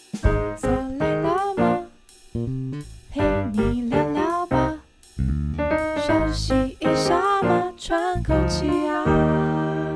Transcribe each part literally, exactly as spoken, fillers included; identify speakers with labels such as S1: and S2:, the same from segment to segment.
S1: 坐累了吗？陪你聊聊吧，休息一下嘛，喘口气啊。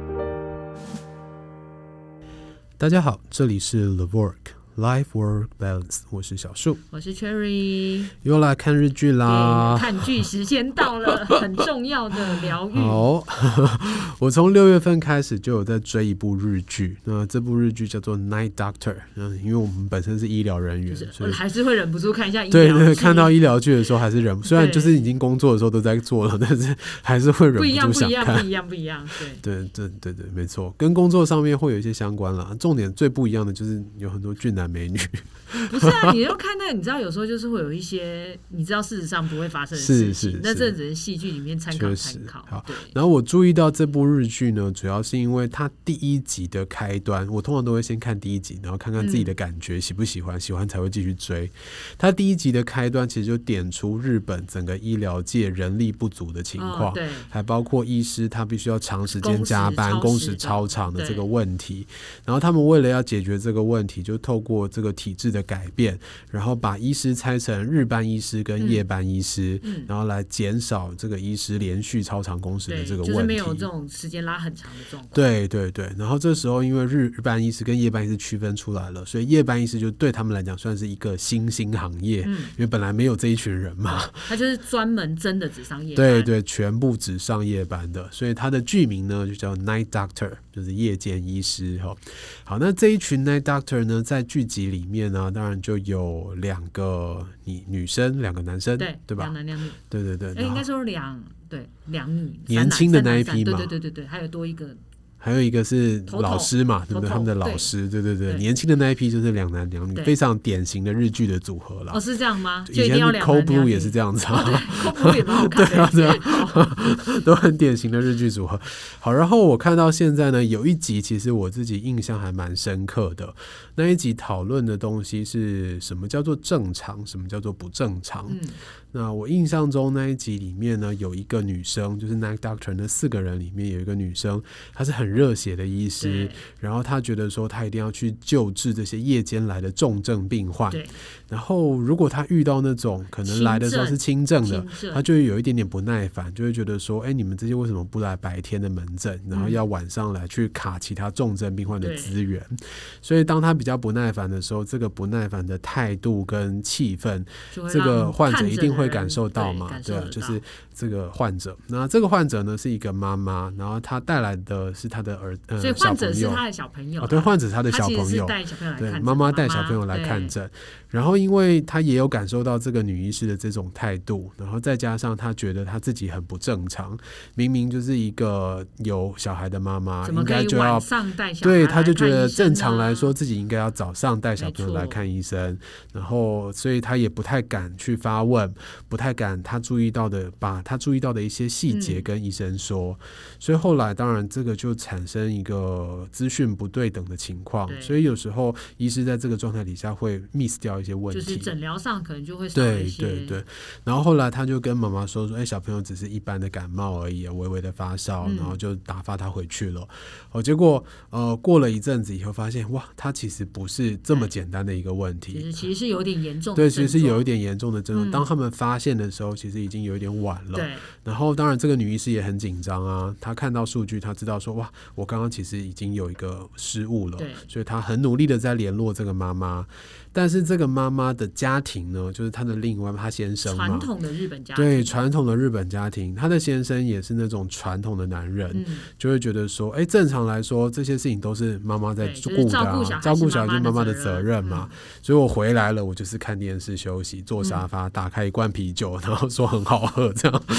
S2: 大家好，这里是 The Work。Life Work Balance， 我是小树，
S3: 我是 Cherry，
S2: 又来看日剧啦！
S3: 看剧时间到了，很重要的疗愈。
S2: 好，我从六月份开始就有在追一部日剧，那这部日剧叫做《Night Doctor》。嗯，因为我们本身是医疗人员，
S3: 就是
S2: 所以
S3: 还是会忍不住看一下医疗
S2: 对
S3: 剧。
S2: 对，看到医疗剧的时候还是忍，虽然就是已经工作的时候都在做了，但是还是会忍不住想看。
S3: 不一样，不一样，不一样，不一样。
S2: 对对对对对，没错，跟工作上面会有一些相关啦。重点最不一样的就是有很多俊男美女。
S3: 不是啊，你要看那个，你知道有时候就是会有一些你知道事实上不会发生的事情，
S2: 是是，
S3: 那这只是戏剧里面参考参考。
S2: 好，然后我注意到这部日剧呢，主要是因为它第一集的开端，我通常都会先看第一集，然后看看自己的感觉、嗯、喜不喜欢，喜欢才会继续追。它第一集的开端其实就点出日本整个医疗界人力不足的情况、哦，对，还包括医师他必须要长时间加班、工时超长的这个问题。然后他们为了要解决这个问题，就透过这个体制的改变，然后把医师拆成日班医师跟夜班医师、嗯嗯、然后来减少这个医师连续超长工时的这个问题，
S3: 就是没有这种时间拉很长的状况。
S2: 对对对，然后这时候因为日班医师跟夜班医师区分出来了，所以夜班医师就对他们来讲算是一个新兴行业、嗯、因为本来没有这一群人嘛，
S3: 他就是专门真的只上夜班，
S2: 对对，全部只上夜班的，所以他的剧名呢就叫 Night Doctor， 就是夜间医师。好，那这一群 Night Doctor 呢在剧集里面呢当然就有两个女女生，两个男生，对对吧？
S3: 两男两女，
S2: 对对对，
S3: 应该说两对两女，
S2: 年轻的那一批嘛，
S3: 对对对对对，还有多一个。
S2: 还有一个是老师嘛，对不对？他们的老师，对对对，年轻的那一批就是两男两女，非常典型的日剧的组合啦。
S3: 哦，是这样吗？
S2: 以前 Cold Blue 也是这样子啊、
S3: 哦、，Cold Blue 也蛮好看的，
S2: 对啊对啊，都很典型的日剧组合。好，然后我看到现在呢，有一集其实我自己印象还蛮深刻的，那一集讨论的东西是什么叫做正常，什么叫做不正常。嗯，那我印象中那一集里面呢，有一个女生，就是 Night Doctor 那四个人里面有一个女生，她是很热血的医师，然后她觉得说她一定要去救治这些夜间来的重症病患，然后如果她遇到那种可能来的时候是轻症的，她就会有一点点不耐烦，就会觉得说，哎，你们这些为什么不来白天的门诊，然后要晚上来去卡其他重症病患的资源？所以当她比较不耐烦的时候，这个不耐烦的态度跟气氛，这个患者一定会感受到嘛？对啊，就是这个患者。那这个患者呢是一个妈妈，然后她带来的是她的儿呃
S3: 所以患者是她的小朋友、啊
S2: 哦，对，患者是她的小朋友，对，妈妈带小朋友来看诊。然后因为她也有感受到这个女医师的这种态度，然后再加上她觉得她自己很不正常，明明就是一个有小孩的妈妈，应该就要对，她就觉得正常来说自己应该要早上带小朋友来看医生，然后所以她也不太敢去发问，不太敢她注意到的把她注意到的一些细节跟医生说、嗯、所以后来当然这个就产生一个资讯不对等的情况，所以有时候医师在这个状态底下会 miss 掉一些问题，
S3: 就是诊疗上可能就会少一些，
S2: 对对对。然后后来他就跟妈妈说说，哎，小朋友只是一般的感冒而已，微微的发烧、嗯、然后就打发他回去了。哦，结果呃过了一阵子以后发现，哇，他其实不是这么简单的一个问题，
S3: 其实其实是有点严重的，
S2: 对，其实是有一点严重的症状、嗯、当他们发现的时候其实已经有一点晚了，对。然后当然这个女医师也很紧张啊，她看到数据她知道说，哇，我刚刚其实已经有一个失误了，所以她很努力的在联络这个妈妈。但是这个妈妈的家庭呢，就是她的另外她先生嘛，
S3: 传统的日本家庭，
S2: 对，传统的日本家庭，她的先生也是那种传统的男人、嗯、就会觉得说，哎，正常来说这些事情都是妈妈在顾的、啊就是、照顾小孩是妈妈的责任嘛、嗯、所以我回来了，我就是看电视休息，坐沙发、嗯、打开一罐啤酒，然后说很好喝这样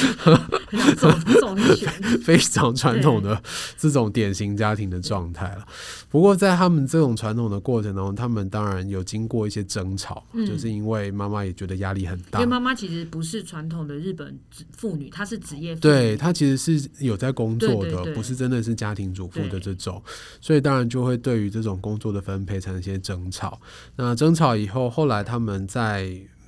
S2: 非常传统的这种典型家庭的状态了。不过在他们这种传统的过程中，他们当然有经过一些争吵、嗯、就是因为妈妈也觉得压力很大，
S3: 因为妈妈其实不是传统的日本妇女，她是职业妇女，
S2: 对，她其实是有在工作的，对对对，不是真的是家庭主妇的这种，所以当然就会对于这种工作的分配产生一些争吵。那争吵以后，后来他们在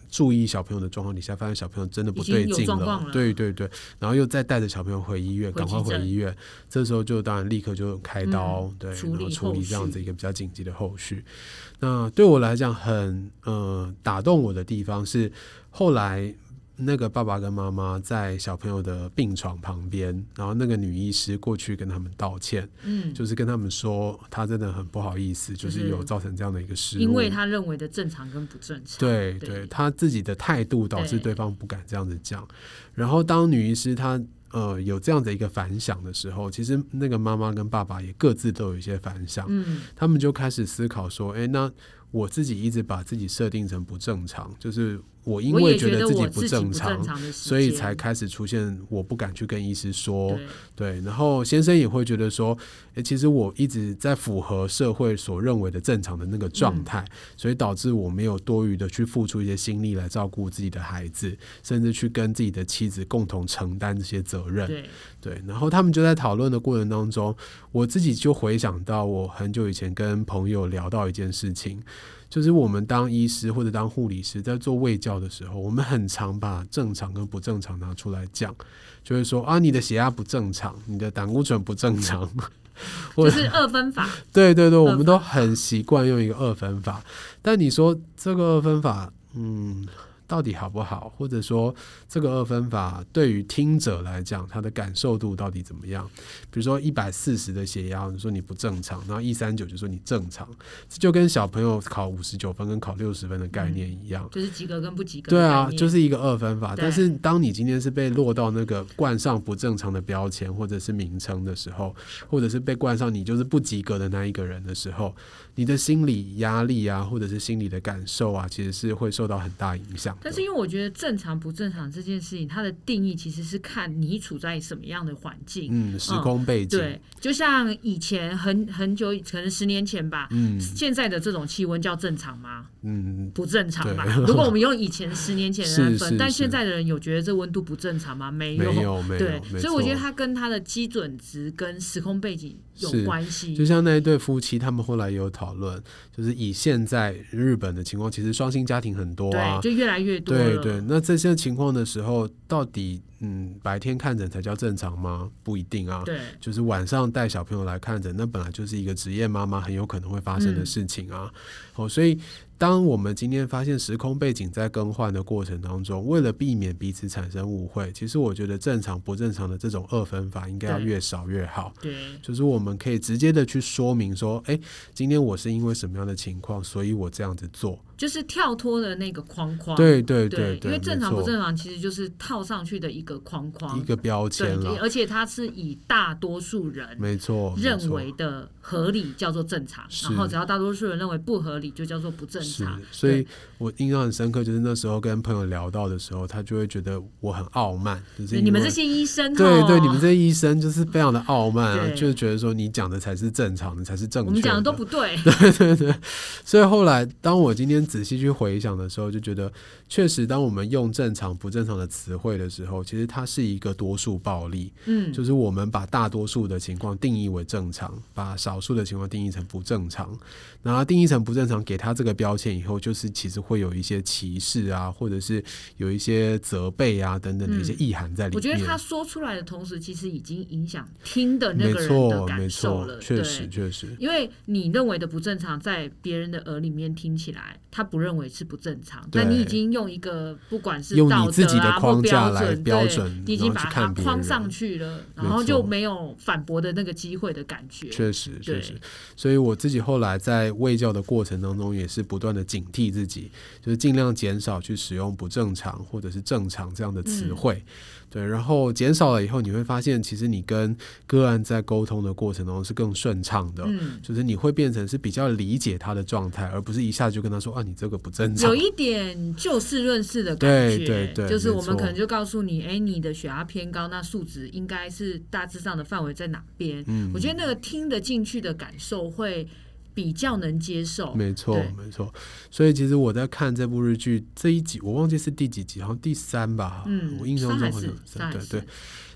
S2: 注意小朋友的状况底下，发现小朋友真的不对劲
S3: 了,
S2: 了，对对对，然后又再带着小朋友回医院，赶快回医院，这时候就当然立刻就开刀，嗯、对，然后处理这样子一个比较紧急的后续。那对我来讲很呃打动我的地方是，后来那个爸爸跟妈妈在小朋友的病床旁边，然后那个女医师过去跟他们道歉，嗯，就是跟他们说他真的很不好意思，就是有造成这样的一个失误，
S3: 因为他认为的正常跟不正常，
S2: 对 对, 对，他自己的态度导致对方不敢这样子讲。然后当女医师她呃有这样的一个反响的时候，其实那个妈妈跟爸爸也各自都有一些反响，嗯，他们就开始思考说，哎，那我自己一直把自己设定成不正常，就是我因为觉得自己不正常，所以才开始出现我不敢去跟医师说， 对, 对，然后先生也会觉得说，欸，其实我一直在符合社会所认为的正常的那个状态，嗯，所以导致我没有多余的去付出一些心力来照顾自己的孩子，甚至去跟自己的妻子共同承担这些责任， 对, 对，然后他们就在讨论的过程当中，我自己就回想到我很久以前跟朋友聊到一件事情，就是我们当医师或者当护理师在做卫教的时候，我们很常把正常跟不正常拿出来讲，就会说啊，你的血压不正常，你的胆固醇不正常，
S3: 就是二分法。
S2: 对对对，我们都很习惯用一个二分法，但你说这个二分法，嗯，到底好不好？或者说这个二分法对于听者来讲，他的感受度到底怎么样？比如说一百四十的血压，你说你不正常，然后一三九就说你正常，这就跟小朋友考五十九分跟考六十分的概念一样，嗯，
S3: 就是及格跟不及格
S2: 的概念。对啊，就是一个二分法。但是当你今天是被落到那个冠上不正常的标签或者是名称的时候，或者是被冠上你就是不及格的那一个人的时候，你的心理压力啊，或者是心理的感受啊，其实是会受到很大影响。
S3: 但是因为我觉得正常不正常这件事情，它的定义其实是看你处在什么样的环境，
S2: 嗯，时空背景，嗯，
S3: 对，就像以前很很久，可能十年前吧，嗯，现在的这种气温叫正常吗？嗯，不正常吧。如果我们用以前十年前的人分，但现在的人有觉得这温度不正常吗？没有，
S2: 没有，没有。
S3: 对，所以我觉得它跟它的基准值跟时空背景有关系。
S2: 就像那一对夫妻，他们后来也有讨论，就是以现在日本的情况，其实双薪家庭很多啊，
S3: 对，就越来越多了。
S2: 对对，那这些情况的时候，到底嗯白天看诊才叫正常吗？不一定啊。
S3: 对，
S2: 就是晚上带小朋友来看诊，那本来就是一个职业妈妈很有可能会发生的事情啊。嗯，哦，所以当我们今天发现时空背景在更换的过程当中，为了避免彼此产生误会，其实我觉得正常不正常的这种二分法应该要越少越好。
S3: 对，
S2: 就是我们可以直接的去说明说，哎，今天我是因为什么样的情况，所以我这样子做，
S3: 就是跳脱了那个框框。
S2: 对对 对, 对，
S3: 因为正常不正常其实就是套上去的一个框框，
S2: 一个标签了，
S3: 而且它是以大多数人
S2: 没错
S3: 认为的合理叫做正常，然后只要大多数人认为不合理就叫做不正常。
S2: 所以我印象很深刻，就是那时候跟朋友聊到的时候，他就会觉得我很傲慢，就是
S3: 你们这些医生，
S2: 对对，你们这些医生就是非常的傲慢啊，就是觉得说你讲的才是正常的，才是正确的，
S3: 我们讲的都不对。
S2: 对对对，所以后来当我今天仔细去回想的时候，就觉得确实，当我们用正常不正常的词汇的时候，其实它是一个多数暴力，嗯，就是我们把大多数的情况定义为正常，把少数的情况定义成不正常，然后定义成不正常，给他这个标签以后，就是其实会有一些歧视啊，或者是有一些责备啊等等的一些意涵在里面。嗯，
S3: 我觉得他说出来的同时，其实已经影响听的那个人的感受了。
S2: 确实确实，
S3: 因为你认为的不正常，在别人的耳里面听起来，他不认为是不正常，但你已经用一个不管是道德啊
S2: 用你自己的框架来标准，
S3: 你已经把它框上去了，然后就没有反驳的那个机会的感觉。
S2: 确实确实，所以我自己后来在卫教的过程当中，也是不断的警惕自己，就是尽量减少去使用不正常或者是正常这样的词汇。嗯，对，然后减少了以后，你会发现其实你跟个案在沟通的过程当中是更顺畅的，嗯，就是你会变成是比较理解他的状态，而不是一下就跟他说啊你这个不正常，
S3: 有一点就事论事的感觉。对对对，就是我们可能就告诉你，哎，你的血压偏高，那数值应该是大致上的范围在哪边。嗯，我觉得那个听得进去的感受会比较能接受。
S2: 没错没错，所以其实我在看这部日剧这一集，我忘记是第几集，好像第三吧。嗯，我印象中好像三，对对。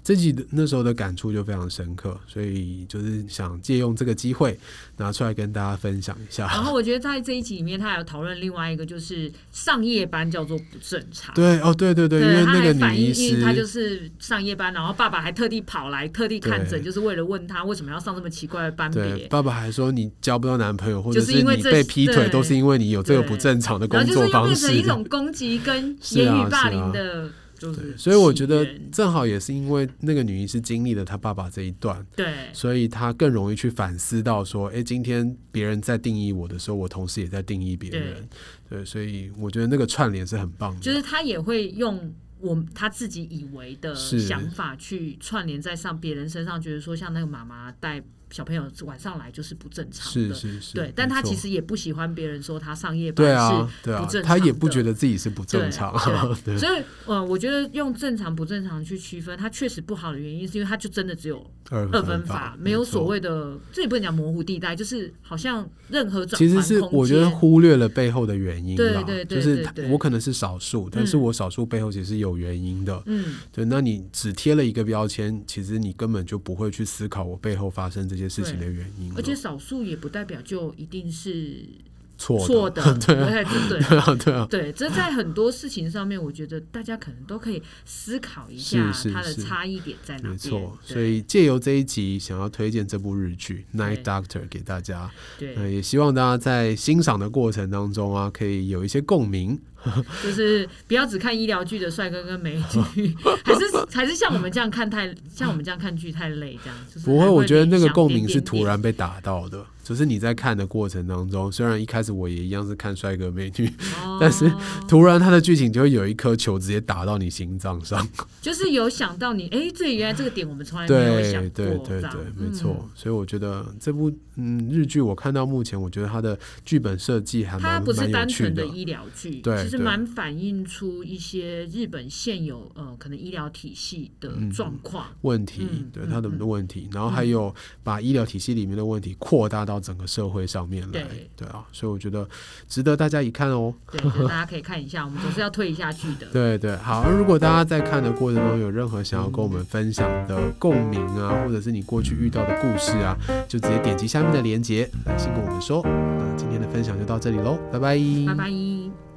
S2: 这集那时候的感触就非常深刻，所以就是想借用这个机会拿出来跟大家分享一下。
S3: 然后我觉得在这一集里面他还有讨论另外一个，就是上夜班叫做不正常。
S2: 对哦，对对对，因为那个女医师，
S3: 因为他就是上夜班，然后爸爸还特地跑来特地看诊，就是为了问他为什么要上这么奇怪的班别。
S2: 对，爸爸还说你交不到男朋友，或者是你被劈腿，都是因为你有这个不正常的工作方式，然后就是又变成一种
S3: 攻击跟言语霸凌的。就是、
S2: 所以我觉得正好也是因为那个女医师经历了她爸爸这一段，
S3: 对，
S2: 所以她更容易去反思到说，哎，今天别人在定义我的时候，我同时也在定义别人， 对, 对，所以我觉得那个串联是很棒的，
S3: 就是他也会用我他自己以为的想法去串联在上别人身上，觉得说像那个妈妈带小朋友晚上来就是不正常的，
S2: 是是是，
S3: 对，但他其实也不喜欢别人说他上夜班是不正常的，
S2: 对啊，对啊，他也不觉得自己是不正常，
S3: 对对所以呃，我觉得用正常不正常去区分，他确实不好的原因是因为他就真的只有二分法，没有所谓的，这也不能讲模糊地带，就是好像任何转换空间，
S2: 其实是我觉得忽略了背后的原因啦，
S3: 对对对对对，
S2: 就是我可能是少数，但是我少数背后其实是有原因的，嗯，对，那你只贴了一个标签，其实你根本就不会去思考我背后发生这些事情的原因。
S3: 而且少数也不代表就一定是
S2: 错
S3: 的，
S2: 对啊，
S3: 对
S2: 啊，对啊，
S3: 对，这在很多事情上面，我觉得大家可能都可以思考一下它的差异点在哪边。没错，
S2: 所以借由这一集，想要推荐这部日剧《Night Doctor》给大家，对、呃，也希望大家在欣赏的过程当中啊，可以有一些共鸣。
S3: 就是不要只看医疗剧的帅哥跟美女，还是还是像我们这样看太像我们这样看剧太累这样。就是、
S2: 不会，我觉得那个共鸣是突然被打到的，就是你在看的过程当中，虽然一开始我也一样是看帅哥美女，哦、但是突然他的剧情就会有一颗球直接打到你心脏上，
S3: 就是有想到你，哎，这原来这个点我们从来没有想过，
S2: 对对对对，没错。嗯、所以我觉得这部嗯日剧我看到目前，我觉得它的剧本设计还蛮
S3: 它不是单纯
S2: 的
S3: 医疗剧，
S2: 对。
S3: 是蛮反映出一些日本现有呃可能医疗体系的状况、嗯、
S2: 问题，嗯、对他的问题、嗯，然后还有把医疗体系里面的问题扩大到整个社会上面来，对对啊，所以我觉得值得大家一看哦。
S3: 对，大家可以看一下，我们总是要推一下剧的。
S2: 对对，好，如果大家在看的过程中有任何想要跟我们分享的共鸣啊，或者是你过去遇到的故事啊，就直接点击下面的连结来信跟我们说。那今天的分享就到这里喽，拜拜，
S3: 拜拜。